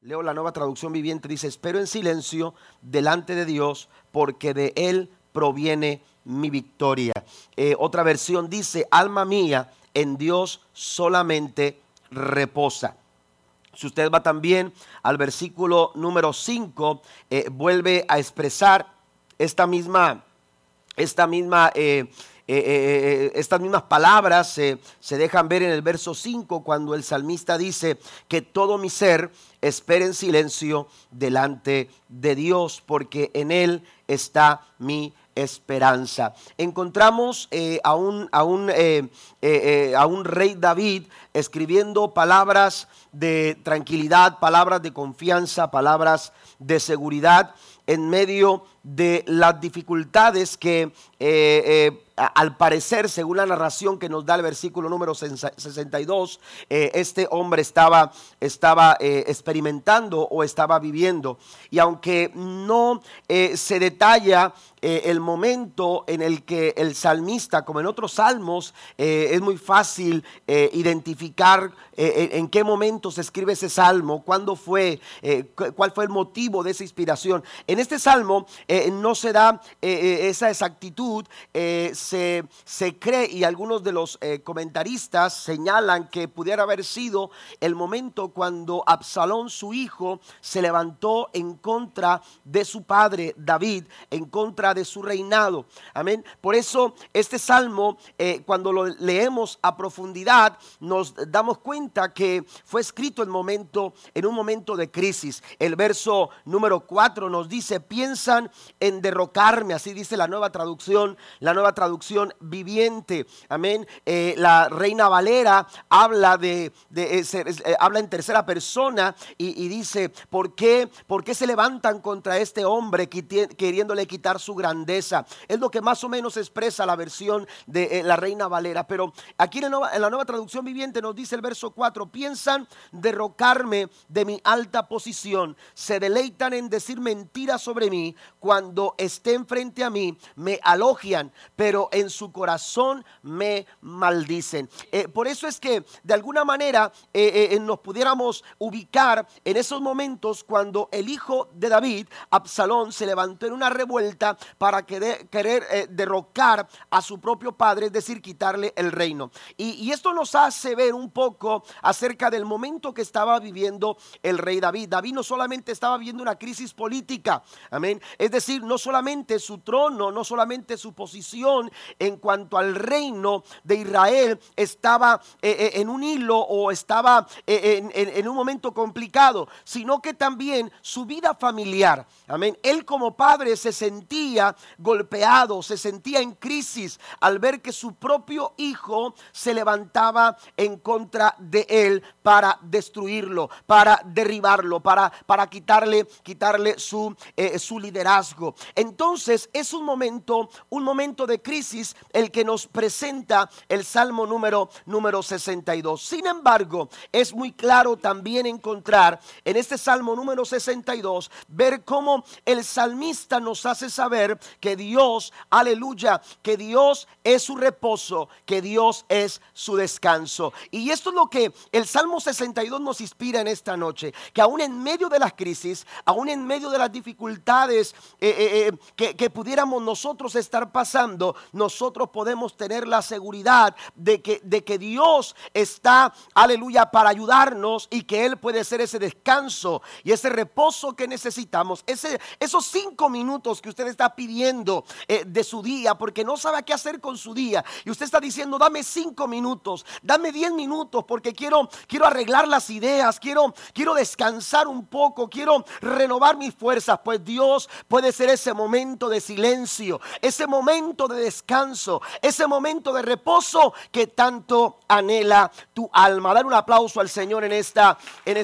Leo la Nueva Traducción Viviente, dice: espero en silencio delante de Dios, porque de Él proviene mi victoria. Otra versión dice: alma mía, en Dios solamente reposa. Si usted va también al versículo número 5, vuelve a expresar estas mismas palabras se dejan ver en el verso 5, cuando el salmista dice que todo mi ser espera en silencio delante de Dios, porque en Él está mi esperanza. Encontramos a un rey David escribiendo palabras de tranquilidad, palabras de confianza, palabras de seguridad en medio de las dificultades que al parecer, según la narración que nos da el versículo número 62, este hombre estaba experimentando o estaba viviendo. Y aunque no se detalla el momento en el que el salmista, como en otros salmos, es muy fácil identificar en qué momento se escribe ese salmo, cuándo fue, cuál fue el motivo de esa inspiración. En este salmo no se da esa exactitud. Se cree, y algunos de los comentaristas señalan que pudiera haber sido el momento cuando Absalón, su hijo, se levantó en contra de su padre David, en contra de su reinado. Amén. Por eso este salmo, cuando lo leemos a profundidad, nos damos cuenta que fue escrito en un momento de crisis. El verso número 4 nos dice: piensan en derrocarme. Así dice la Nueva Traducción Viviente. Amén. La Reina Valera habla habla en tercera persona y dice: ¿por qué se levantan contra este hombre queriéndole quitar su grandeza? Es lo que más o menos expresa la versión de la Reina Valera. Pero aquí en la Nueva Traducción Viviente nos dice el verso 4: piensan derrocarme de mi alta posición, se deleitan en decir mentiras sobre mí, cuando estén frente a mí me alogian, pero en su corazón me maldicen. Por eso es que de alguna manera nos pudiéramos ubicar en esos momentos cuando el hijo de David, Absalón, se levantó en una revuelta para querer derrocar a su propio padre, es decir, quitarle el reino. Y esto nos hace ver un poco acerca del momento que estaba viviendo el rey David. David no solamente estaba viviendo una crisis política, amén, es decir, no solamente su trono, no solamente su posición en cuanto al reino de Israel estaba en un hilo o estaba en un momento complicado, sino que también su vida familiar, amén. Él como padre se sentía golpeado, se sentía en crisis al ver que su propio hijo se levantaba en contra de él para destruirlo, para derribarlo, para quitarle su liderazgo. Entonces es un momento de crisis el que nos presenta el Salmo número 62. Sin embargo, es muy claro también encontrar en este Salmo número 62, ver cómo el salmista nos hace saber que Dios, aleluya, que Dios es su reposo, que Dios es su descanso. Y esto es lo que el Salmo 62 nos inspira en esta noche, que aún en medio de las crisis, aún en medio de las dificultades que pudiéramos nosotros estar pasando, nosotros podemos tener la seguridad de que Dios está, aleluya, para ayudarnos, y que Él puede ser ese descanso y ese reposo que necesitamos, esos 5 minutos que usted está pidiendo de su día, porque no sabe qué hacer con su día, y usted está diciendo: dame 5 minutos, dame 10 minutos, porque quiero arreglar las ideas, quiero descansar un poco, quiero renovar mis fuerzas. Pues Dios puede ser ese momento de silencio, ese momento de descanso, ese momento de reposo que tanto anhela tu alma. Dar un aplauso al Señor en esta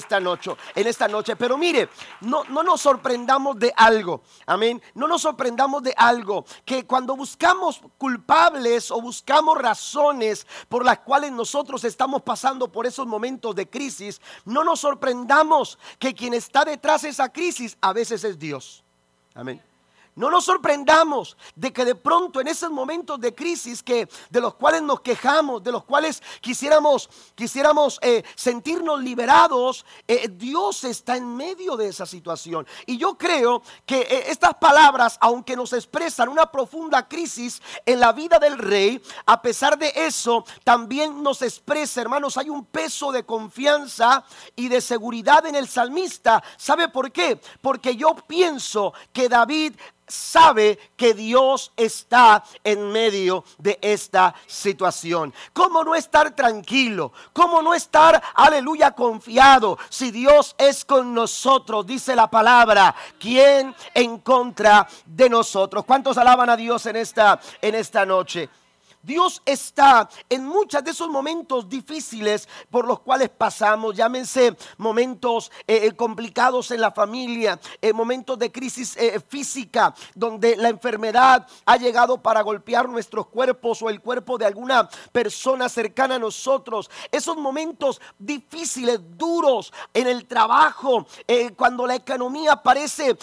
noche. Pero mire, no nos sorprendamos de algo, amén. No nos sorprendamos de algo, que cuando buscamos culpables o buscamos razones por las cuales nosotros estamos pasando por esos momentos de crisis, no nos sorprendamos que quien está detrás de esa crisis a veces es Dios, amén. No nos sorprendamos de que de pronto en esos momentos de crisis de los cuales nos quejamos, de los cuales quisiéramos sentirnos liberados, Dios está en medio de esa situación. Y yo creo que estas palabras, aunque nos expresan una profunda crisis en la vida del rey, a pesar de eso, también nos expresa, hermanos, hay un peso de confianza y de seguridad en el salmista. ¿Sabe por qué? Porque yo pienso que David sabe que Dios está en medio de esta situación. ¿Cómo no estar tranquilo? ¿Cómo no estar, aleluya, confiado? Si Dios es con nosotros, dice la palabra, ¿quién en contra de nosotros? ¿Cuántos alaban a Dios en esta noche? Dios está en muchos de esos momentos difíciles por los cuales pasamos, llámense momentos complicados en la familia, momentos de crisis física, donde la enfermedad ha llegado para golpear nuestros cuerpos o el cuerpo de alguna persona cercana a nosotros. Esos momentos difíciles, duros en el trabajo, cuando la economía parece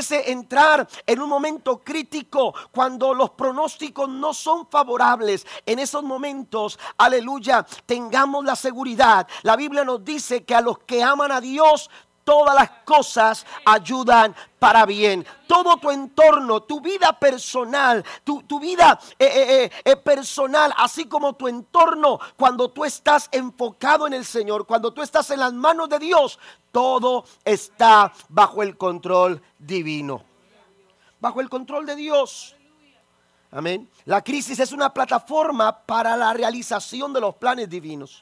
entrar en un momento crítico, cuando los pronósticos no son favorables. En esos momentos, aleluya, tengamos la seguridad. La Biblia nos dice que a los que aman a Dios, todas las cosas ayudan para bien. Todo tu entorno, tu vida personal, tu vida personal, así como tu entorno, cuando tú estás enfocado en el Señor, cuando tú estás en las manos de Dios, todo está bajo el control divino, bajo el control de Dios. Amén. La crisis es una plataforma para la realización de los planes divinos.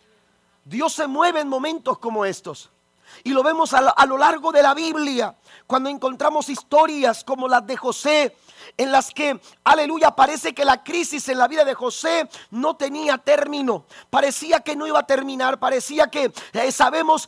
Dios se mueve en momentos como estos. Y lo vemos a lo largo de la Biblia, cuando encontramos historias como las de José, en las que, aleluya, parece que la crisis en la vida de José no tenía término. Parecía que no iba a terminar, parecía que sabemos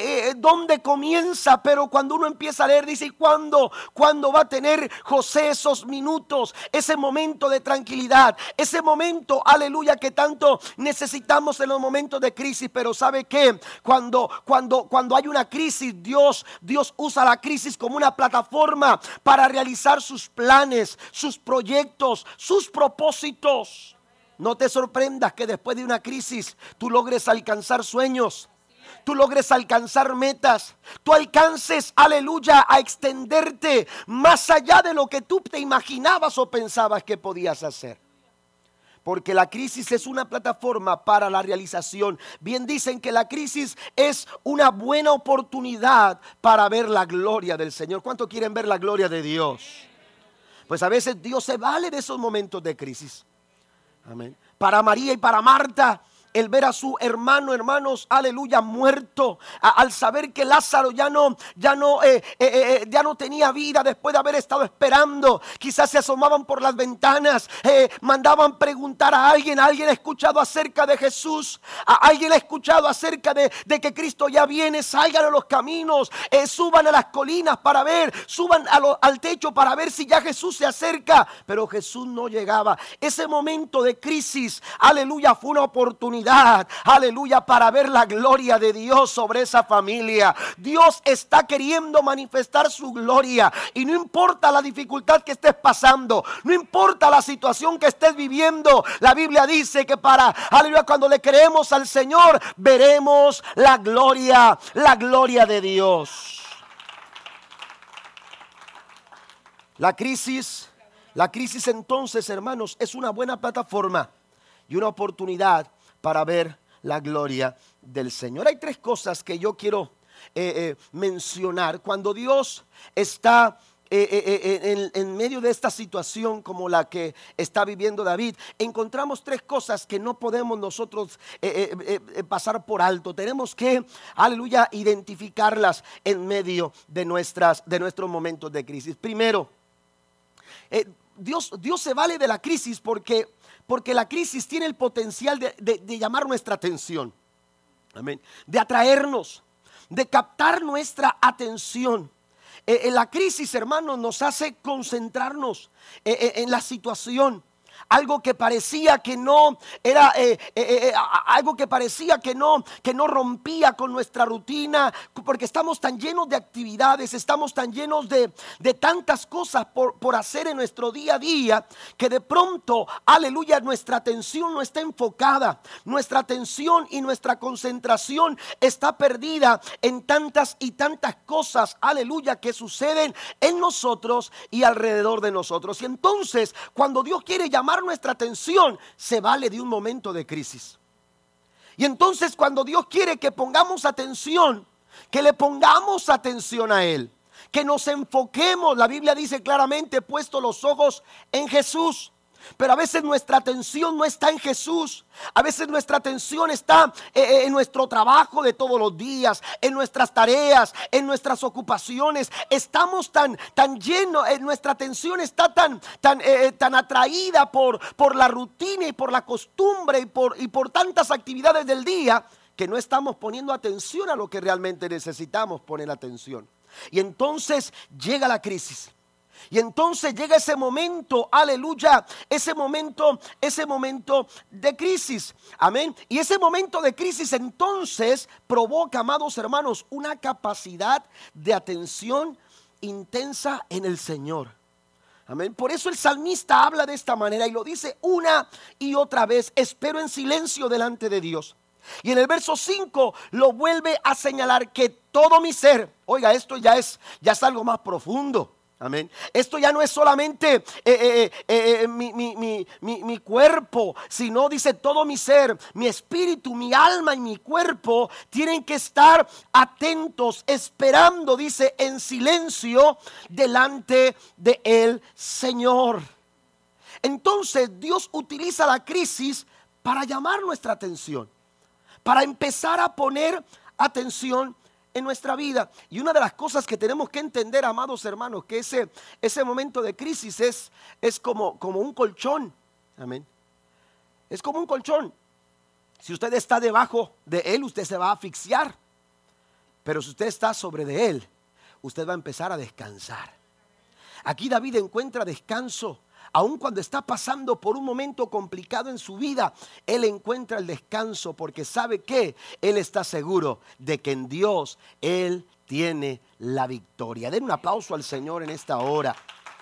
dónde comienza, pero cuando uno empieza a leer dice, ¿y cuándo va a tener José esos minutos, ese momento de tranquilidad, ese momento, aleluya, que tanto necesitamos en los momentos de crisis? Pero ¿sabe qué? Cuando hay una crisis, Dios usa la crisis como una plataforma para realizar sus planes, sus proyectos, sus propósitos. No te sorprendas que después de una crisis tú logres alcanzar sueños, tú logres alcanzar metas, tú alcances, aleluya, a extenderte más allá de lo que tú te imaginabas o pensabas que podías hacer. Porque la crisis es una plataforma para la realización. Bien dicen que la crisis es una buena oportunidad para ver la gloria del Señor. ¿Cuántos quieren ver la gloria de Dios? Pues a veces Dios se vale de esos momentos de crisis. Amén. Para María y para Marta, el ver a su hermano, hermanos, aleluya, muerto, al saber que Lázaro ya no tenía vida después de haber estado esperando. Quizás se asomaban por las ventanas, mandaban preguntar a alguien ha escuchado acerca de Jesús, alguien ha escuchado acerca de que Cristo ya viene. Salgan a los caminos, suban a las colinas para ver, suban al techo para ver si ya Jesús se acerca. Pero Jesús no llegaba. Ese momento de crisis, aleluya, fue una oportunidad, aleluya, para ver la gloria de Dios sobre esa familia. Dios está queriendo manifestar su gloria, y no importa la dificultad que estés pasando, no importa la situación que estés viviendo. La Biblia dice que aleluya, cuando le creemos al Señor, veremos la gloria de Dios. La crisis entonces, hermanos, es una buena plataforma y una oportunidad para ver la gloria del Señor. Hay tres cosas que yo quiero mencionar cuando Dios está en medio de esta situación como la que está viviendo David. Encontramos tres cosas que no podemos nosotros pasar por alto. Tenemos que, aleluya, identificarlas en medio de nuestros momentos de crisis. Primero, Dios se vale de la crisis porque la crisis tiene el potencial de llamar nuestra atención. Amén. De atraernos, de captar nuestra atención. La crisis, hermanos, nos hace concentrarnos en la situación. algo que parecía que no era, algo que parecía que no rompía con nuestra rutina, porque estamos tan llenos de actividades, estamos tan llenos de tantas cosas por hacer en nuestro día a día, que de pronto, aleluya, nuestra atención no está enfocada, nuestra atención y nuestra concentración está perdida en tantas y tantas cosas, aleluya, que suceden en nosotros y alrededor de nosotros. Y entonces, cuando Dios quiere llamar nuestra atención, se vale de un momento de crisis. Y entonces, cuando Dios quiere que pongamos atención, que le pongamos atención a Él, que nos enfoquemos, la Biblia dice claramente, puesto los ojos en Jesús. Pero a veces nuestra atención no está en Jesús. A veces nuestra atención está en nuestro trabajo de todos los días, en nuestras tareas, en nuestras ocupaciones. Estamos tan llenos, nuestra atención está tan atraída por la rutina y por la costumbre y por tantas actividades del día, que no estamos poniendo atención a lo que realmente necesitamos poner atención. Y entonces llega la crisis. Y entonces llega ese momento, aleluya, ese momento de crisis, amén. Y ese momento de crisis entonces provoca, amados hermanos, una capacidad de atención intensa en el Señor. Amén. Por eso el salmista habla de esta manera y lo dice una y otra vez: espero en silencio delante de Dios. Y en el verso 5 lo vuelve a señalar, que todo mi ser, oiga, esto ya es algo más profundo. Amén. Esto ya no es solamente mi cuerpo, sino dice todo mi ser, mi espíritu, mi alma y mi cuerpo tienen que estar atentos, esperando, dice, en silencio delante del Señor. Entonces Dios utiliza la crisis para llamar nuestra atención, para empezar a poner atención en nuestra vida. Y una de las cosas que tenemos que entender, amados hermanos, que ese momento de crisis es como un colchón. Amén. Es como un colchón. Si usted está debajo de él, usted se va a asfixiar. Pero si usted está sobre de él, usted va a empezar a descansar. Aquí David encuentra descanso. Aun cuando está pasando por un momento complicado en su vida, él encuentra el descanso, porque sabe que él está seguro de que en Dios él tiene la victoria. Den un aplauso al Señor en esta hora.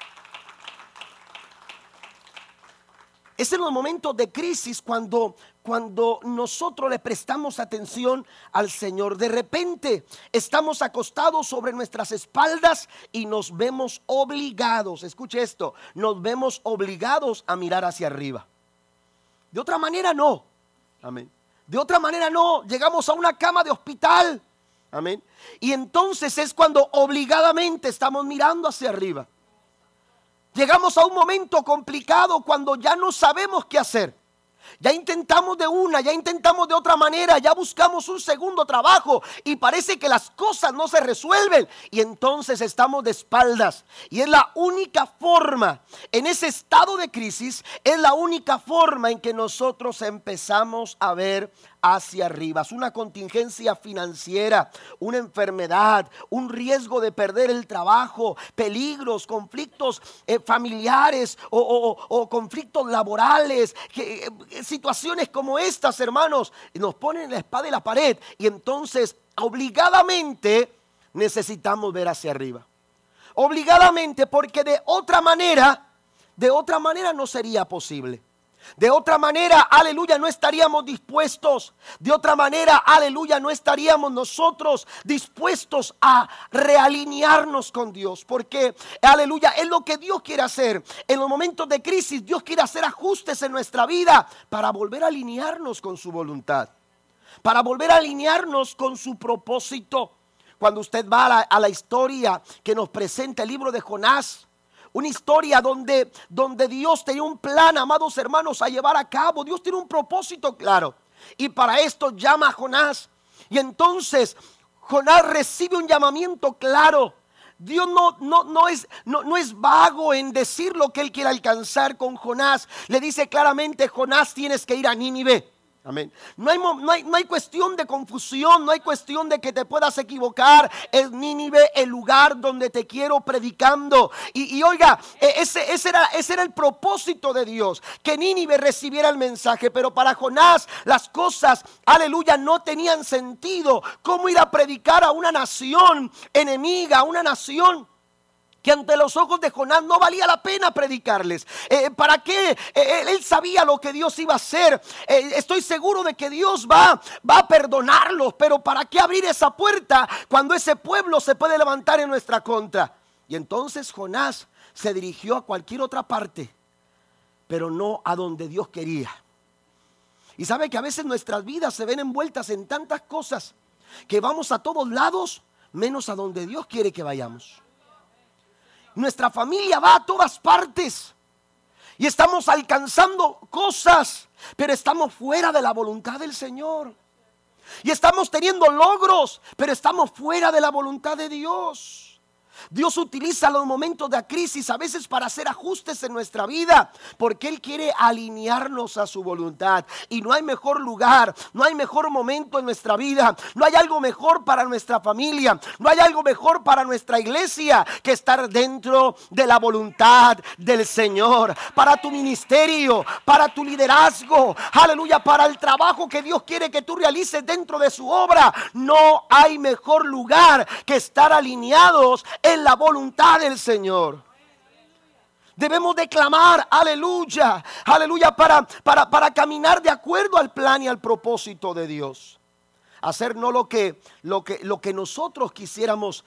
Es en los momentos de crisis cuando nosotros le prestamos atención al Señor. De repente estamos acostados sobre nuestras espaldas y nos vemos obligados, escuche esto, nos vemos obligados a mirar hacia arriba. De otra manera no. Amén. De otra manera no. Llegamos a una cama de hospital. Amén. Y entonces es cuando obligadamente estamos mirando hacia arriba. Llegamos a un momento complicado cuando ya no sabemos qué hacer. Ya intentamos de una, ya intentamos de otra manera, ya buscamos un segundo trabajo y parece que las cosas no se resuelven. Y entonces estamos de espaldas. Y es la única forma, en ese estado de crisis, es la única forma en que nosotros empezamos a ver hacia arriba. Es una contingencia financiera, una enfermedad, un riesgo de perder el trabajo, peligros, conflictos familiares o conflictos laborales, situaciones como estas, hermanos, nos ponen la espada en la pared y entonces obligadamente necesitamos ver hacia arriba. Obligadamente, porque de otra manera no sería posible. De otra manera, aleluya, no estaríamos dispuestos. De otra manera, aleluya, no estaríamos nosotros dispuestos a realinearnos con Dios. Porque, aleluya, es lo que Dios quiere hacer. En los momentos de crisis, Dios quiere hacer ajustes en nuestra vida para volver a alinearnos con su voluntad, para volver a alinearnos con su propósito. Cuando usted va a la historia que nos presenta el libro de Jonás, una historia donde Dios tenía un plan, amados hermanos, a llevar a cabo. Dios tiene un propósito claro. Y para esto llama a Jonás. Y entonces Jonás recibe un llamamiento claro. Dios no es vago en decir lo que él quiere alcanzar con Jonás. Le dice claramente: Jonás, tienes que ir a Nínive. Amén. No hay cuestión de confusión, no hay cuestión de que te puedas equivocar. Es Nínive el lugar donde te quiero predicando. Y oiga, ese era el propósito de Dios, que Nínive recibiera el mensaje. Pero para Jonás las cosas, aleluya, no tenían sentido. ¿Cómo ir a predicar a una nación enemiga, a una nación que ante los ojos de Jonás no valía la pena predicarles? ¿Para qué? Él sabía lo que Dios iba a hacer. Estoy seguro de que Dios va a perdonarlos, pero ¿para qué abrir esa puerta cuando ese pueblo se puede levantar en nuestra contra? Y entonces Jonás se dirigió a cualquier otra parte, pero no a donde Dios quería. Y sabe que a veces nuestras vidas se ven envueltas en tantas cosas que vamos a todos lados menos a donde Dios quiere que vayamos. Nuestra familia va a todas partes y estamos alcanzando cosas, pero estamos fuera de la voluntad del Señor. Y estamos teniendo logros, pero estamos fuera de la voluntad de Dios. Dios utiliza los momentos de crisis a veces para hacer ajustes en nuestra vida, porque Él quiere alinearnos a su voluntad. Y no hay mejor lugar, no hay mejor momento en nuestra vida, no hay algo mejor para nuestra familia, no hay algo mejor para nuestra iglesia que estar dentro de la voluntad del Señor. Para tu ministerio, para tu liderazgo, aleluya, para el trabajo que Dios quiere que tú realices dentro de su obra, no hay mejor lugar que estar alineados en la voluntad del Señor. Debemos de clamar, aleluya, aleluya, para caminar de acuerdo al plan y al propósito de Dios. Hacer no lo que nosotros quisiéramos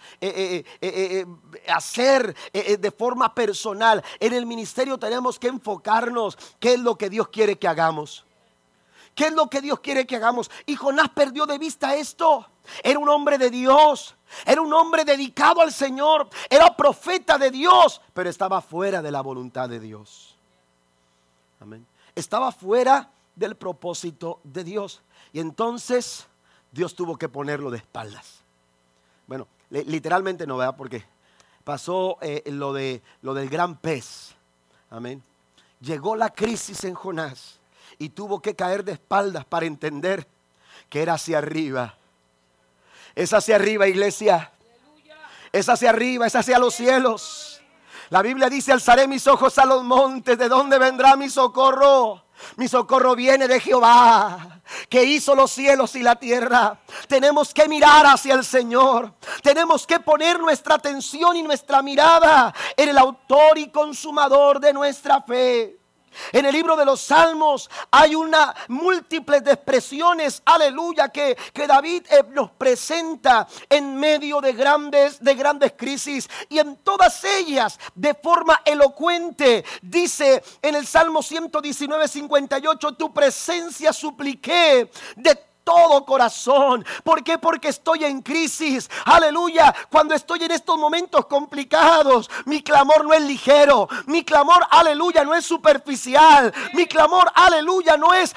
hacer de forma personal. En el ministerio tenemos que enfocarnos qué es lo que Dios quiere que hagamos. ¿Qué es lo que Dios quiere que hagamos? Y Jonás perdió de vista esto. Era un hombre de Dios, era un hombre dedicado al Señor, era profeta de Dios, pero estaba fuera de la voluntad de Dios. Amén. Estaba fuera del propósito de Dios. Y entonces Dios tuvo que ponerlo de espaldas. Bueno, literalmente no, ¿verdad? Porque pasó lo del gran pez. Amén. Llegó la crisis en Jonás y tuvo que caer de espaldas para entender que era hacia arriba. Es hacia arriba, iglesia. Es hacia arriba, es hacia los cielos. La Biblia dice: alzaré mis ojos a los montes. ¿De dónde vendrá mi socorro? Mi socorro viene de Jehová, que hizo los cielos y la tierra. Tenemos que mirar hacia el Señor. Tenemos que poner nuestra atención y nuestra mirada en el autor y consumador de nuestra fe. En el libro de los Salmos hay una múltiples de expresiones, aleluya, que David nos presenta en medio de grandes crisis, y en todas ellas de forma elocuente dice en el Salmo 119:58: tu presencia supliqué de todo corazón. ¿Por qué? Porque estoy en crisis. Aleluya. Cuando estoy en estos momentos complicados, mi clamor no es ligero. Mi clamor, aleluya, no es superficial. Mi clamor, aleluya, no es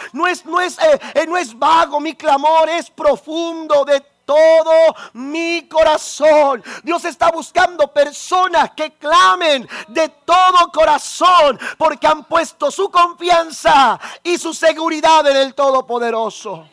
vago. Mi clamor es profundo de todo mi corazón. Dios está buscando personas que clamen de todo corazón, porque han puesto su confianza y su seguridad en el Todopoderoso.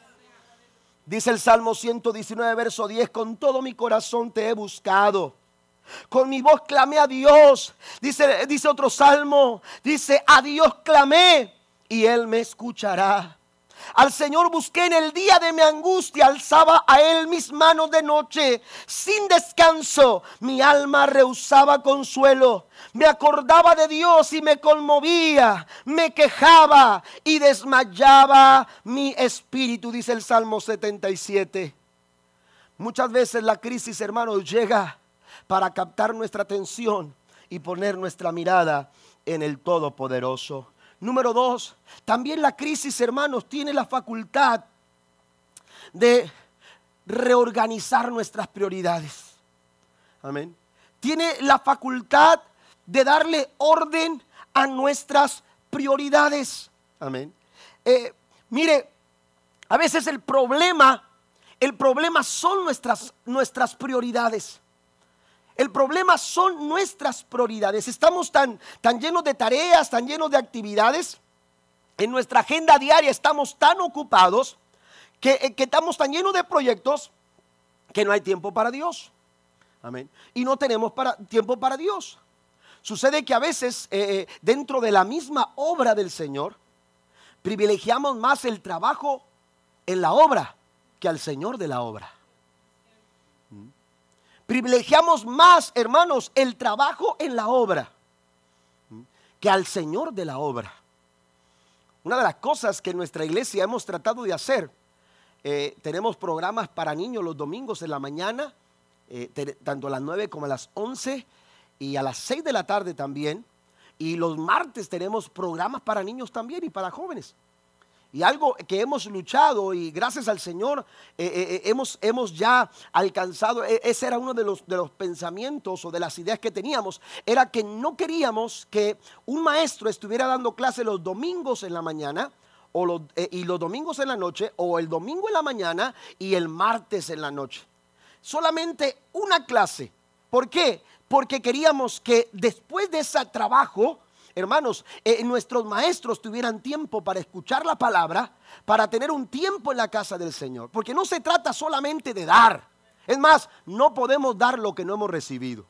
Dice el Salmo 119, verso 10: con todo mi corazón te he buscado, con mi voz clamé a Dios. Dice otro salmo, dice: a Dios clamé y Él me escuchará. Al Señor busqué en el día de mi angustia, alzaba a Él mis manos de noche. Sin descanso mi alma rehusaba consuelo. Me acordaba de Dios y me conmovía, me quejaba y desmayaba mi espíritu, dice el Salmo 77. Muchas veces la crisis, hermanos, llega para captar nuestra atención y poner nuestra mirada en el Todopoderoso. Número 2, también la crisis, hermanos, tiene la facultad de reorganizar nuestras prioridades. Amén. Tiene la facultad de darle orden a nuestras prioridades. Amén. Mire, a veces el problema son nuestras prioridades. El problema son nuestras prioridades. Estamos tan llenos de tareas, tan llenos de actividades, en nuestra agenda diaria estamos tan ocupados que estamos tan llenos de proyectos que no hay tiempo para Dios. Amén. Y no tenemos tiempo para Dios. Sucede que a veces dentro de la misma obra del Señor privilegiamos más el trabajo en la obra que al Señor de la obra. Privilegiamos más, hermanos, el trabajo en la obra que al Señor de la obra. Una de las cosas que en nuestra iglesia hemos tratado de hacer, tenemos programas para niños los domingos en la mañana, tanto a las 9 como a las 11 y a las 6 de la tarde también. Y los martes tenemos programas para niños también y para jóvenes. Y algo que hemos luchado y gracias al Señor hemos ya alcanzado, ese era uno de los pensamientos o de las ideas que teníamos, era que no queríamos que un maestro estuviera dando clase los domingos en la mañana y los domingos en la noche, o el domingo en la mañana y el martes en la noche. Solamente una clase. ¿Por qué? Porque queríamos que después de ese trabajo, hermanos, nuestros maestros tuvieran tiempo para escuchar la palabra, para tener un tiempo en la casa del Señor. Porque no se trata solamente de dar. Es más, no podemos dar lo que no hemos recibido.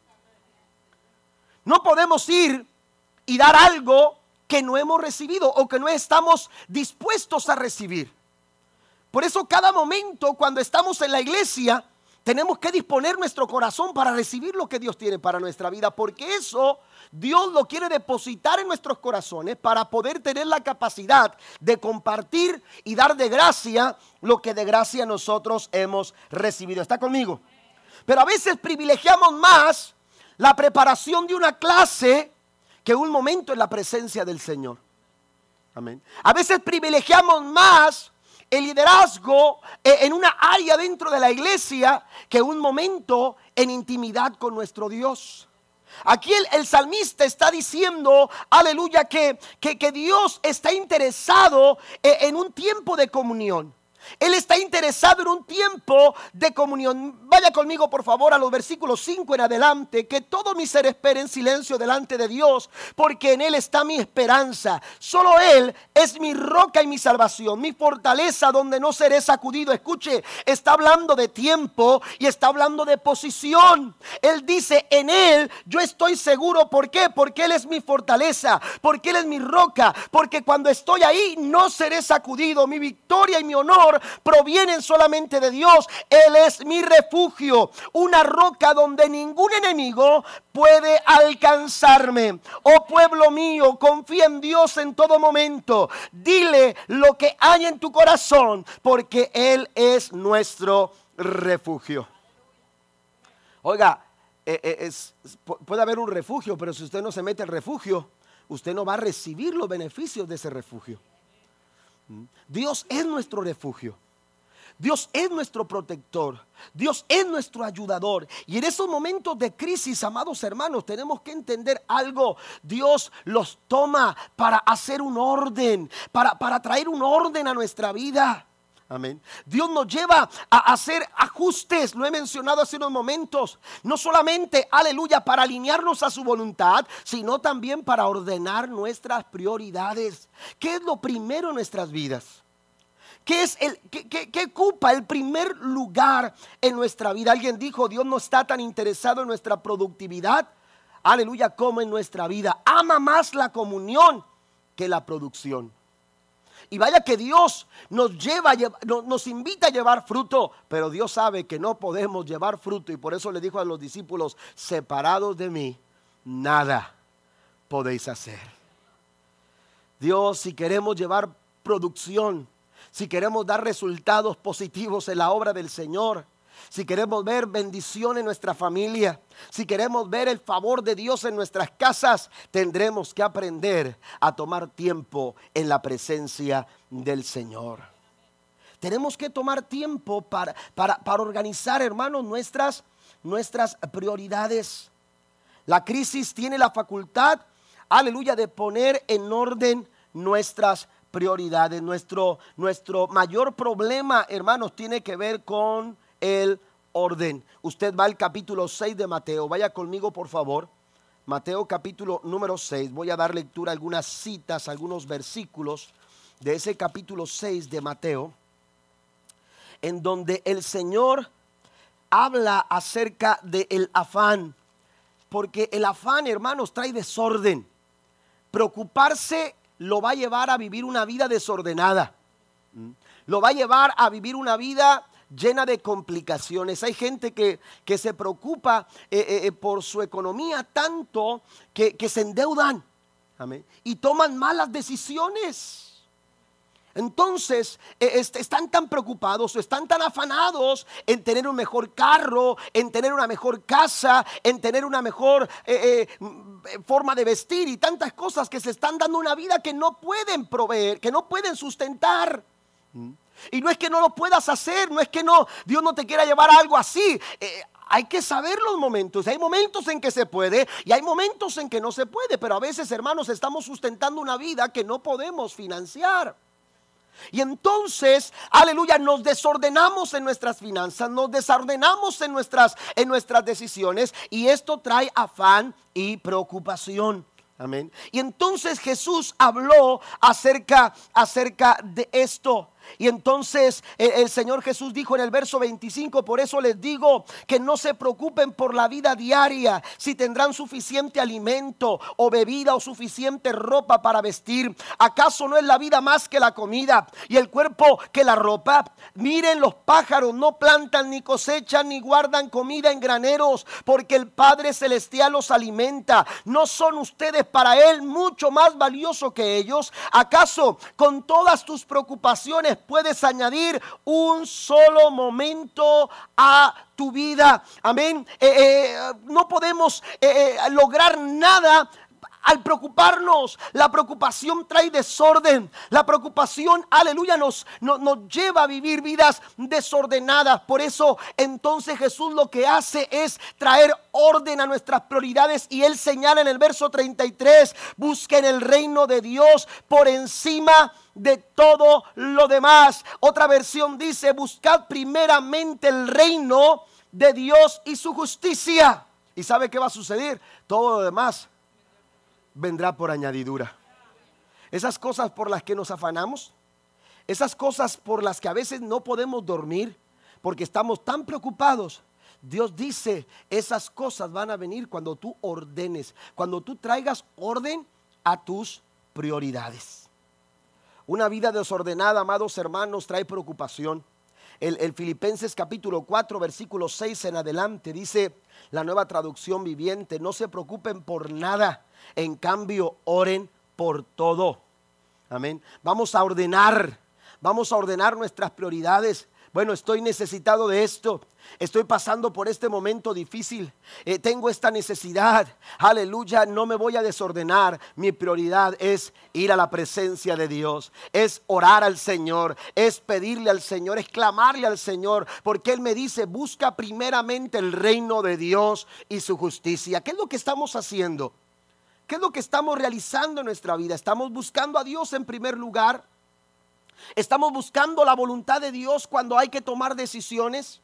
No podemos ir y dar algo que no hemos recibido o que no estamos dispuestos a recibir. Por eso cada momento cuando estamos en la iglesia tenemos que disponer nuestro corazón para recibir lo que Dios tiene para nuestra vida, porque eso Dios lo quiere depositar en nuestros corazones para poder tener la capacidad de compartir y dar de gracia lo que de gracia nosotros hemos recibido. ¿Está conmigo? Pero a veces privilegiamos más la preparación de una clase que un momento en la presencia del Señor. Amén. A veces privilegiamos más el liderazgo en una área dentro de la iglesia que un momento en intimidad con nuestro Dios. Aquí el salmista está diciendo, aleluya, que Dios está interesado en un tiempo de comunión. Él está interesado en un tiempo de comunión. Vaya conmigo por favor a los versículos 5 en adelante. Que todo mi ser espere en silencio delante de Dios, porque en Él está mi esperanza. Solo Él es mi roca y mi salvación, mi fortaleza donde no seré sacudido. Escuche, está hablando de tiempo y está hablando de posición. Él dice, en Él yo estoy seguro. ¿Por qué? Porque Él es mi fortaleza, porque Él es mi roca, porque cuando estoy ahí no seré sacudido. Mi victoria y mi honor provienen solamente de Dios. Él es mi refugio, una roca donde ningún enemigo puede alcanzarme. Oh pueblo mío, confía en Dios en todo momento. Dile lo que hay en tu corazón, porque Él es nuestro refugio. Oiga, puede haber un refugio, pero si usted no se mete al refugio, usted no va a recibir los beneficios de ese refugio. Dios es nuestro refugio. Dios es nuestro protector. Dios es nuestro ayudador. Y en esos momentos de crisis, amados hermanos, tenemos que entender algo. Dios los toma para hacer un orden, para traer un orden a nuestra vida. Amén. Dios nos lleva a hacer ajustes, lo he mencionado hace unos momentos, no solamente, aleluya, para alinearnos a su voluntad, sino también para ordenar nuestras prioridades. ¿Qué es lo primero en nuestras vidas? ¿Qué ocupa el primer lugar en nuestra vida? Alguien dijo, Dios no está tan interesado en nuestra productividad, aleluya, como en nuestra vida. Ama más la comunión que la producción. Y vaya que Dios nos invita a llevar fruto, pero Dios sabe que no podemos llevar fruto y por eso le dijo a los discípulos, separados de mí, nada podéis hacer. Dios, si queremos llevar producción, si queremos dar resultados positivos en la obra del Señor, si queremos ver bendición en nuestra familia, si queremos ver el favor de Dios en nuestras casas, tendremos que aprender a tomar tiempo en la presencia del Señor. Tenemos que tomar tiempo para organizar, hermanos, nuestras prioridades. La crisis tiene la facultad, aleluya, de poner en orden nuestras prioridades. Nuestro mayor problema, hermanos, tiene que ver con el orden. Usted va al capítulo 6 de Mateo. Vaya conmigo por favor. Mateo capítulo número 6. Voy a dar lectura a algunas citas, algunos versículos de ese capítulo 6 de Mateo, en donde el Señor habla acerca del afán, porque el afán, hermanos, trae desorden. Preocuparse lo va a llevar a vivir una vida desordenada, lo va a llevar a vivir una vida llena de complicaciones. Hay gente que se preocupa por su economía tanto que se endeudan, amén, y toman malas decisiones. Entonces están tan preocupados o están tan afanados en tener un mejor carro, en tener una mejor casa, en tener una mejor forma de vestir y tantas cosas, que se están dando una vida que no pueden proveer, que no pueden sustentar. Y no es que no lo puedas hacer, no es que no, Dios no te quiera llevar a algo así. Hay que saber los momentos. Hay momentos en que se puede y hay momentos en que no se puede. Pero a veces, hermanos, estamos sustentando una vida que no podemos financiar. Y entonces, aleluya, nos desordenamos en nuestras finanzas, nos desordenamos en nuestras decisiones, y esto trae afán y preocupación. Amén. Y entonces Jesús habló acerca de esto. Y entonces el Señor Jesús dijo en el verso 25: por eso les digo que no se preocupen por la vida diaria, si tendrán suficiente alimento o bebida o suficiente ropa para vestir. ¿Acaso no es la vida más que la comida y el cuerpo que la ropa? Miren los pájaros, no plantan ni cosechan ni guardan comida en graneros, porque el Padre Celestial los alimenta. ¿No son ustedes para Él mucho más valiosos que ellos? ¿Acaso con todas tus preocupaciones puedes añadir un solo momento a tu vida? Amén. No podemos lograr nada al preocuparnos. La preocupación trae desorden. La preocupación, aleluya, nos lleva a vivir vidas desordenadas. Por eso entonces Jesús lo que hace es traer orden a nuestras prioridades, y Él señala en el verso 33: busquen el reino de Dios por encima de todo lo demás. Otra versión dice: buscad primeramente el reino de Dios y su justicia. ¿Y sabe qué va a suceder? Todo lo demás vendrá por añadidura. Esas cosas por las que nos afanamos, esas cosas por las que a veces no podemos dormir porque estamos tan preocupados, Dios dice: esas cosas van a venir cuando tú ordenes, cuando tú traigas orden a tus prioridades. Una vida desordenada, amados hermanos, trae preocupación. El Filipenses capítulo 4 versículo 6 en adelante dice la Nueva Traducción Viviente: no se preocupen por nada, en cambio oren por todo. Amén. Vamos a ordenar nuestras prioridades. Bueno, estoy necesitado de esto, estoy pasando por este momento difícil, tengo esta necesidad, aleluya, no me voy a desordenar. Mi prioridad es ir a la presencia de Dios, es orar al Señor, es pedirle al Señor, es clamarle al Señor, porque Él me dice: busca primeramente el reino de Dios y su justicia. ¿Qué es lo que estamos haciendo? ¿Qué es lo que estamos realizando en nuestra vida? ¿Estamos buscando a Dios en primer lugar? ¿Estamos buscando la voluntad de Dios cuando hay que tomar decisiones?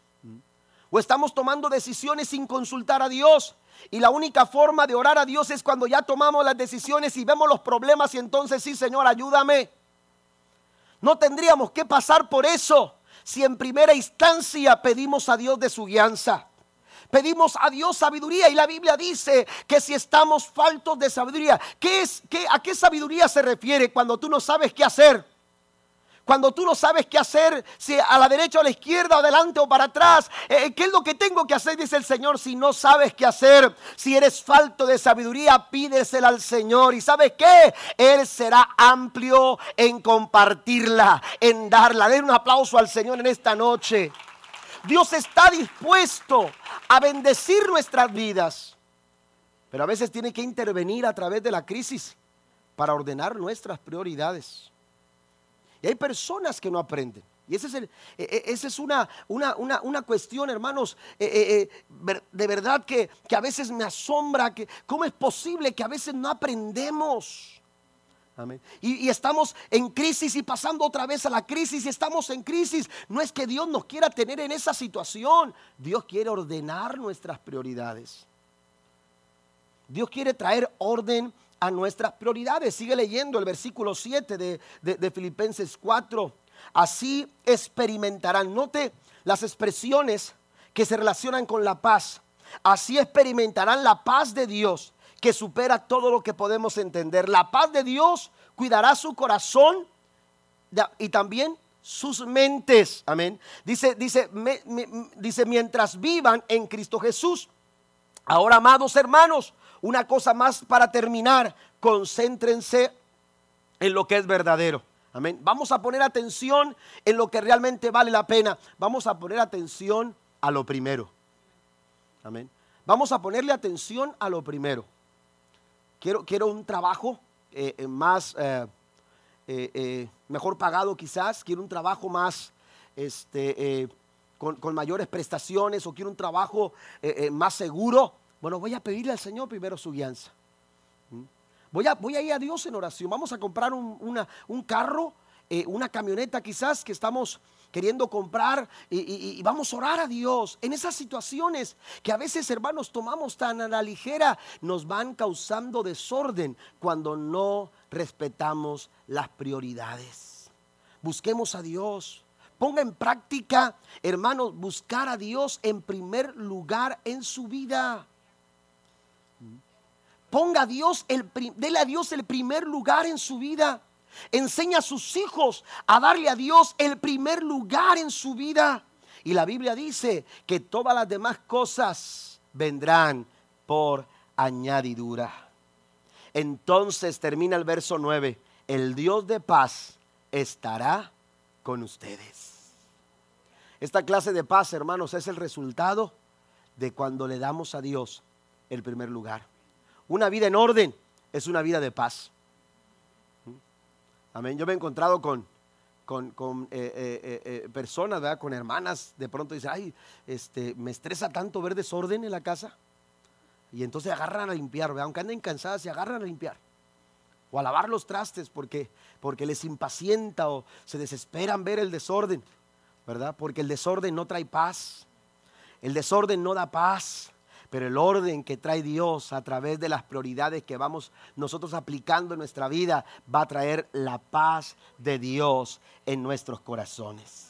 ¿O estamos tomando decisiones sin consultar a Dios? Y la única forma de orar a Dios es cuando ya tomamos las decisiones y vemos los problemas, y entonces: sí, Señor, ayúdame. No tendríamos que pasar por eso si en primera instancia pedimos a Dios de su guianza. Pedimos a Dios sabiduría, y la Biblia dice que si estamos faltos de sabiduría, ¿a qué sabiduría se refiere? Cuando tú no sabes qué hacer. Cuando tú no sabes qué hacer, si a la derecha o a la izquierda, adelante o para atrás, ¿qué es lo que tengo que hacer? Dice el Señor: si no sabes qué hacer, si eres falto de sabiduría, pídesela al Señor. ¿Y sabes qué? Él será amplio en compartirla, en darla. Den un aplauso al Señor en esta noche. Dios está dispuesto a bendecir nuestras vidas, pero a veces tiene que intervenir a través de la crisis para ordenar nuestras prioridades. Y hay personas que no aprenden. Y esa es una cuestión, hermanos, de verdad que a veces me asombra. ¿Cómo es posible que a veces no aprendemos? Amén. Y estamos en crisis y pasando otra vez a la crisis, y estamos en crisis. No es que Dios nos quiera tener en esa situación. Dios quiere ordenar nuestras prioridades. Dios quiere traer orden a nuestras prioridades. Sigue leyendo el versículo 7 de Filipenses 4. Así experimentarán. Note las expresiones que se relacionan con la paz. Así experimentarán la paz de Dios, que supera todo lo que podemos entender. La paz de Dios cuidará su corazón y también sus mentes. Amén. Dice, mientras vivan en Cristo Jesús. Ahora, amados hermanos, una cosa más para terminar. Concéntrense en lo que es verdadero. Amén. Vamos a poner atención en lo que realmente vale la pena. Vamos a poner atención a lo primero. Amén. Vamos a ponerle atención a lo primero. Quiero un trabajo mejor pagado quizás. Quiero un trabajo más con mayores prestaciones, o quiero un trabajo más seguro. Bueno, voy a pedirle al Señor primero su guianza. Voy a ir a Dios en oración. Vamos a comprar un carro, una camioneta quizás que estamos queriendo comprar, y vamos a orar a Dios. En esas situaciones que a veces, hermanos, tomamos tan a la ligera, nos van causando desorden cuando no respetamos las prioridades. Busquemos a Dios. Ponga en práctica, hermanos, buscar a Dios en primer lugar en su vida. Ponga a Dios, dele a Dios el primer lugar en su vida. Enseña a sus hijos a darle a Dios el primer lugar en su vida. Y la Biblia dice que todas las demás cosas vendrán por añadidura. Entonces termina el verso 9. El Dios de paz estará con ustedes. Esta clase de paz, hermanos, es el resultado de cuando le damos a Dios el primer lugar. Una vida en orden es una vida de paz. Amén. Yo me he encontrado con personas, ¿verdad? Con hermanas, de pronto dicen, ay, me estresa tanto ver desorden en la casa. Y entonces se agarran a limpiar, ¿verdad? Aunque anden cansadas, se agarran a limpiar. O a lavar los trastes porque les impacienta o se desesperan ver el desorden, ¿verdad? Porque el desorden no trae paz. El desorden no da paz. Pero el orden que trae Dios a través de las prioridades que vamos nosotros aplicando en nuestra vida va a traer la paz de Dios en nuestros corazones.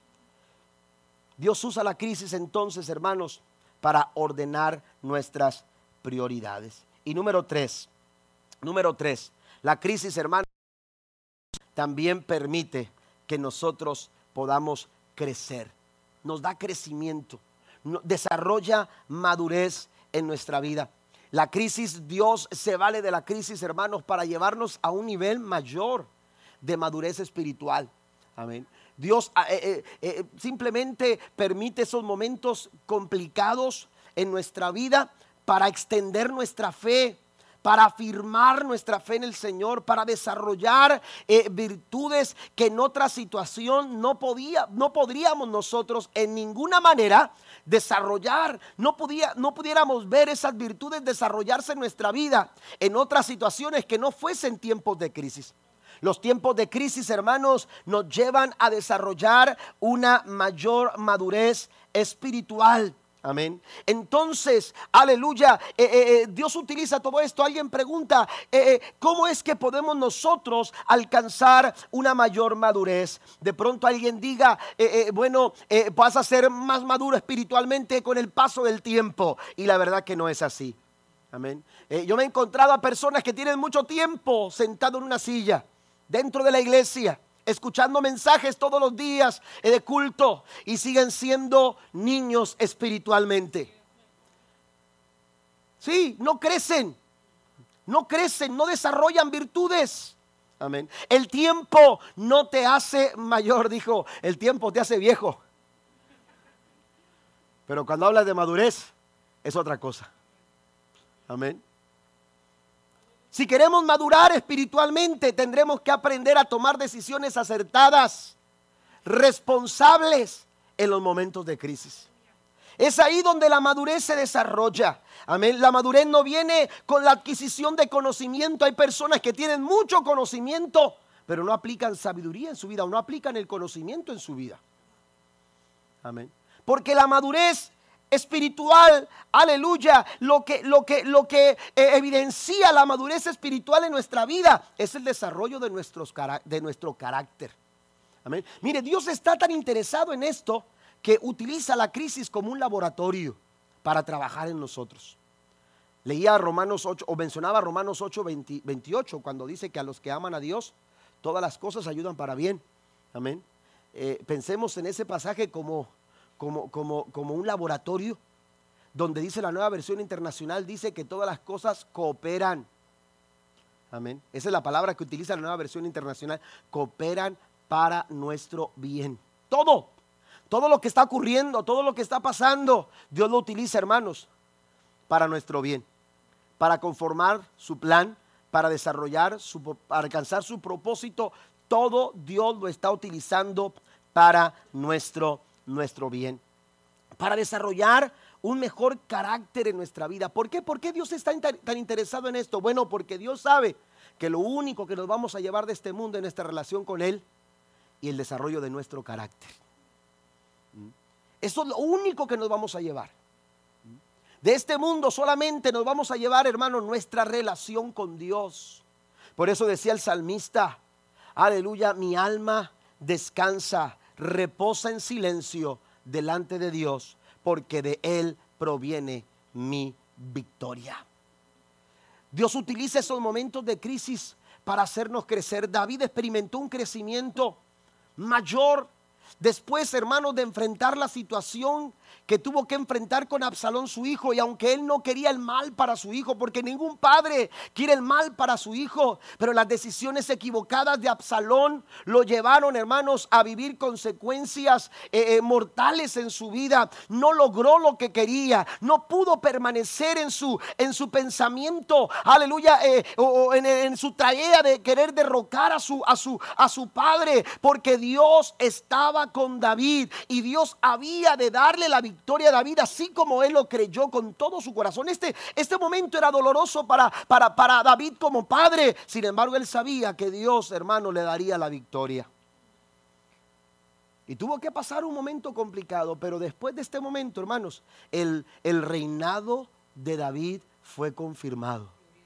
Dios usa la crisis entonces, hermanos, para ordenar nuestras prioridades. Y número tres, la crisis, hermanos, también permite que nosotros podamos crecer. Nos da crecimiento. Desarrolla madurez en nuestra vida. La crisis, Dios se vale de la crisis, hermanos, para llevarnos a un nivel mayor de madurez espiritual. Amén. Dios simplemente permite esos momentos complicados en nuestra vida para extender nuestra fe, para afirmar nuestra fe en el Señor, para desarrollar virtudes que en otra situación no podríamos nosotros en ninguna manera desarrollar. No pudiéramos ver esas virtudes desarrollarse en nuestra vida en otras situaciones que no fuesen tiempos de crisis. Los tiempos de crisis, hermanos, nos llevan a desarrollar una mayor madurez espiritual. Amén. Entonces, aleluya, Dios utiliza todo esto. Alguien pregunta, ¿cómo es que podemos nosotros alcanzar una mayor madurez? De pronto alguien diga, vas a ser más maduro espiritualmente con el paso del tiempo. Y la verdad que no es así. Amén. Yo me he encontrado a personas que tienen mucho tiempo sentado en una silla dentro de la iglesia, escuchando mensajes todos los días de culto, y siguen siendo niños espiritualmente. Sí, no crecen, no desarrollan virtudes. Amén. El tiempo no te hace mayor, dijo, el tiempo te hace viejo. Pero cuando hablas de madurez, es otra cosa. Amén. Si queremos madurar espiritualmente, tendremos que aprender a tomar decisiones acertadas, responsables en los momentos de crisis. Es ahí donde la madurez se desarrolla. Amén. La madurez no viene con la adquisición de conocimiento. Hay personas que tienen mucho conocimiento, pero no aplican sabiduría en su vida, o no aplican el conocimiento en su vida. Amén. Porque la madurez espiritual, aleluya, lo que evidencia la madurez espiritual en nuestra vida es el desarrollo de nuestro carácter. Amén. Mire, Dios está tan interesado en esto que utiliza la crisis como un laboratorio para trabajar en nosotros. Leía Romanos 8, o mencionaba Romanos 8, 28, cuando dice que a los que aman a Dios, todas las cosas ayudan para bien. Amén. Pensemos en ese pasaje como un laboratorio, donde dice la Nueva Versión Internacional, dice que todas las cosas cooperan. Amén. Esa es la palabra que utiliza la Nueva Versión Internacional, cooperan para nuestro bien. Todo lo que está ocurriendo, todo lo que está pasando, Dios lo utiliza, hermanos, para nuestro bien, para conformar su plan, para desarrollar, para alcanzar su propósito. Todo Dios lo está utilizando para nuestro bien, para desarrollar un mejor carácter en nuestra vida. ¿Por qué? ¿Por qué Dios está tan interesado en esto? Bueno, porque Dios sabe que lo único que nos vamos a llevar de este mundo es nuestra relación con Él y el desarrollo de nuestro carácter. Eso es lo único que nos vamos a llevar. De este mundo solamente nos vamos a llevar, hermanos, nuestra relación con Dios. Por eso decía el salmista, aleluya, mi alma descansa, reposa en silencio delante de Dios, porque de Él proviene mi victoria. Dios utiliza esos momentos de crisis para hacernos crecer. David experimentó un crecimiento mayor después, hermanos, de enfrentar la situación que tuvo que enfrentar con Absalón, su hijo. Y aunque él no quería el mal para su hijo, porque ningún padre quiere el mal para su hijo, pero las decisiones equivocadas de Absalón lo llevaron, hermanos, a vivir consecuencias mortales en su vida. No logró lo que quería, no pudo permanecer en su pensamiento, aleluya, o en su tarea de querer derrocar a su padre, porque Dios estaba con David y Dios había de darle la victoria a David, así como él lo creyó con todo su corazón. Este momento era doloroso para David como padre. Sin embargo, él sabía que Dios, hermano, le daría la victoria. Y tuvo que pasar un momento complicado, pero después de este momento, hermanos, el reinado de David fue confirmado.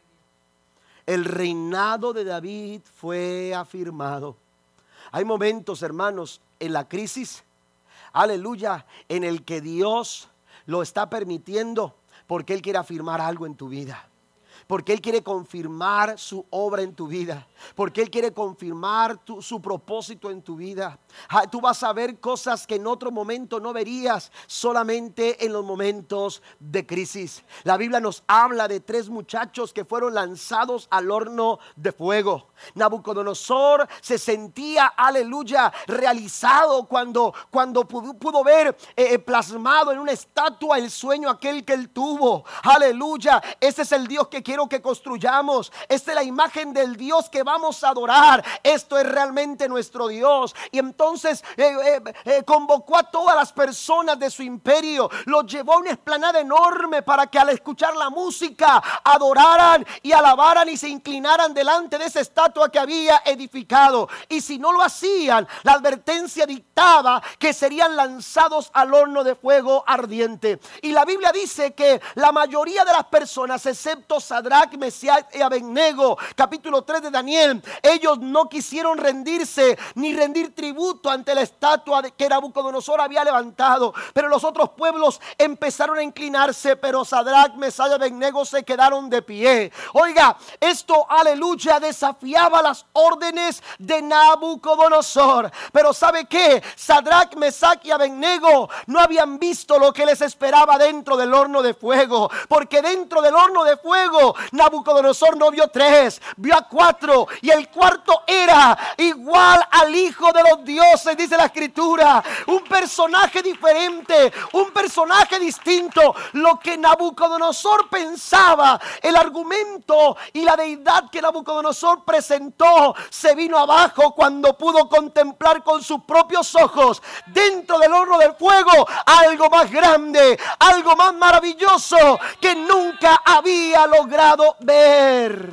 El reinado de David fue afirmado. Hay momentos, hermanos, en la crisis, aleluya, en el que Dios lo está permitiendo porque Él quiere afirmar algo en tu vida, porque Él quiere confirmar su obra en tu vida, porque Él quiere confirmar su propósito en tu vida. Tú vas a ver cosas que en otro momento no verías, solamente en los momentos de crisis. La Biblia nos habla de 3 muchachos que fueron lanzados al horno de fuego. Nabucodonosor se sentía, aleluya, realizado cuando pudo ver plasmado en una estatua el sueño aquel que él tuvo. Aleluya, ese es el Dios que quiero que construyamos. Esta es la imagen del Dios que vamos a adorar. Esto es realmente nuestro Dios. Y entonces convocó a todas las personas de su imperio, los llevó a una explanada enorme para que al escuchar la música adoraran y alabaran y se inclinaran delante de esa estatua que había edificado. Y si no lo hacían, la advertencia dictaba que serían lanzados al horno de fuego ardiente. Y la Biblia dice que la mayoría de las personas, excepto Sadrach, Mesías y Abednego, capítulo 3 de Daniel, ellos no quisieron rendirse ni rendir tributo ante la estatua que Nabucodonosor había levantado. Pero los otros pueblos empezaron a inclinarse, pero Sadrach, Mesías y Abednego se quedaron de pie. Oiga, esto, aleluya, desafiaba las órdenes de Nabucodonosor. Pero ¿sabe qué? Sadrach, Mesías y Abednego no habían visto lo que les esperaba dentro del horno de fuego, porque dentro del horno de fuego Nabucodonosor no vio 3, vio a 4, y el cuarto era igual al Hijo de los dioses, dice la Escritura. Un personaje diferente, un personaje distinto. Lo que Nabucodonosor pensaba, el argumento y la deidad que Nabucodonosor presentó, se vino abajo cuando pudo contemplar con sus propios ojos dentro del horno del fuego algo más grande, algo más maravilloso que nunca había logrado ver.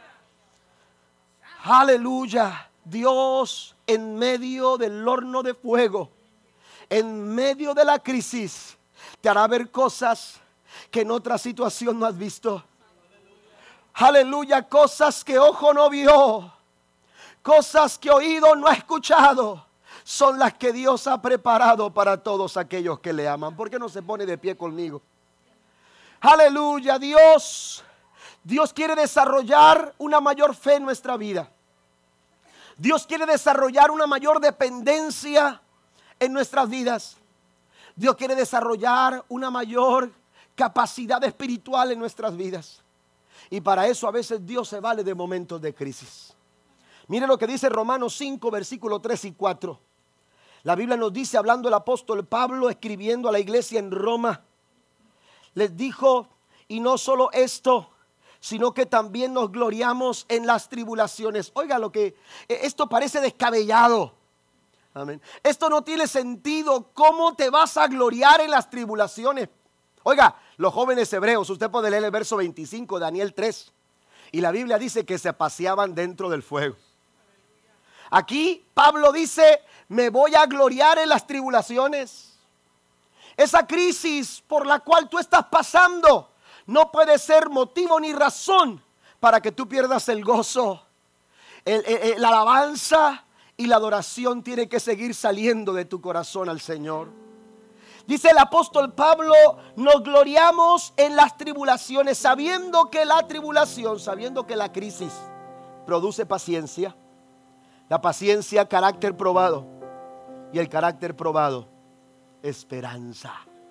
Aleluya. Dios, en medio del horno de fuego, en medio de la crisis, te hará ver cosas que en otra situación no has visto. Aleluya, cosas que ojo no vio, cosas que oído no ha escuchado, son las que Dios ha preparado para todos aquellos que le aman. ¿Por qué no se pone de pie conmigo? Aleluya, Dios quiere desarrollar una mayor fe en nuestra vida. Dios quiere desarrollar una mayor dependencia en nuestras vidas. Dios quiere desarrollar una mayor capacidad espiritual en nuestras vidas. Y para eso a veces Dios se vale de momentos de crisis. Mire lo que dice Romanos 5, versículos 3 y 4. La Biblia nos dice, hablando el apóstol Pablo, escribiendo a la iglesia en Roma, les dijo, y no solo esto, sino que también nos gloriamos en las tribulaciones. Oiga lo que, esto parece descabellado. Amén. Esto no tiene sentido. ¿Cómo te vas a gloriar en las tribulaciones? Oiga, los jóvenes hebreos, usted puede leer el verso 25 de Daniel 3. Y la Biblia dice que se paseaban dentro del fuego. Aquí Pablo dice, me voy a gloriar en las tribulaciones. Esa crisis por la cual tú estás pasando no puede ser motivo ni razón para que tú pierdas el gozo. La alabanza y la adoración tiene que seguir saliendo de tu corazón al Señor. Dice el apóstol Pablo, nos gloriamos en las tribulaciones, sabiendo que la tribulación, sabiendo que la crisis produce paciencia. La paciencia, carácter probado. Y el carácter probado, esperanza.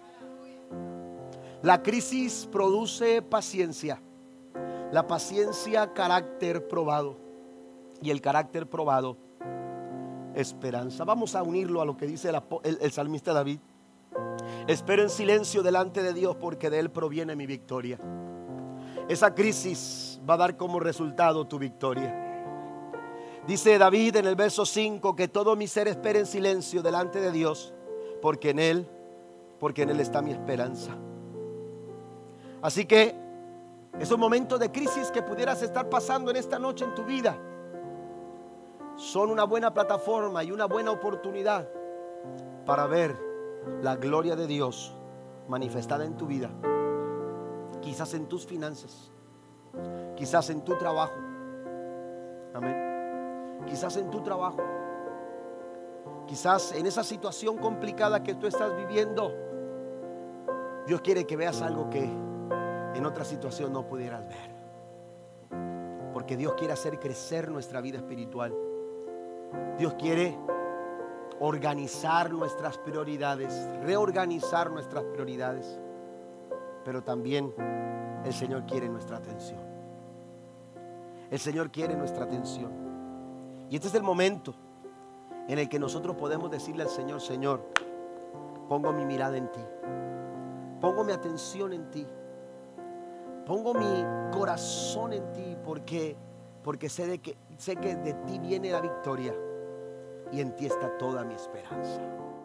La crisis produce paciencia. La paciencia, carácter probado. Y el carácter probado, esperanza. Vamos a unirlo a lo que dice el salmista David. Espero en silencio delante de Dios, porque de Él proviene mi victoria. Esa crisis va a dar como resultado tu victoria. Dice David en el verso 5 que todo mi ser espera en silencio delante de Dios, porque en Él está mi esperanza. Así que esos momentos de crisis que pudieras estar pasando en esta noche en tu vida son una buena plataforma y una buena oportunidad para ver la gloria de Dios manifestada en tu vida. Quizás en tus finanzas, quizás en tu trabajo. Amén. Quizás en tu trabajo, quizás en esa situación complicada que tú estás viviendo, Dios quiere que veas algo que en otra situación no pudieras ver. Porque Dios quiere hacer crecer nuestra vida espiritual. Dios quiere organizar nuestras prioridades, reorganizar nuestras prioridades. Pero también el Señor quiere nuestra atención. El Señor quiere nuestra atención. Y este es el momento en el que nosotros podemos decirle al Señor, Señor, pongo mi mirada en ti, pongo mi atención en ti, pongo mi corazón en ti, porque sé que de ti viene la victoria y en ti está toda mi esperanza.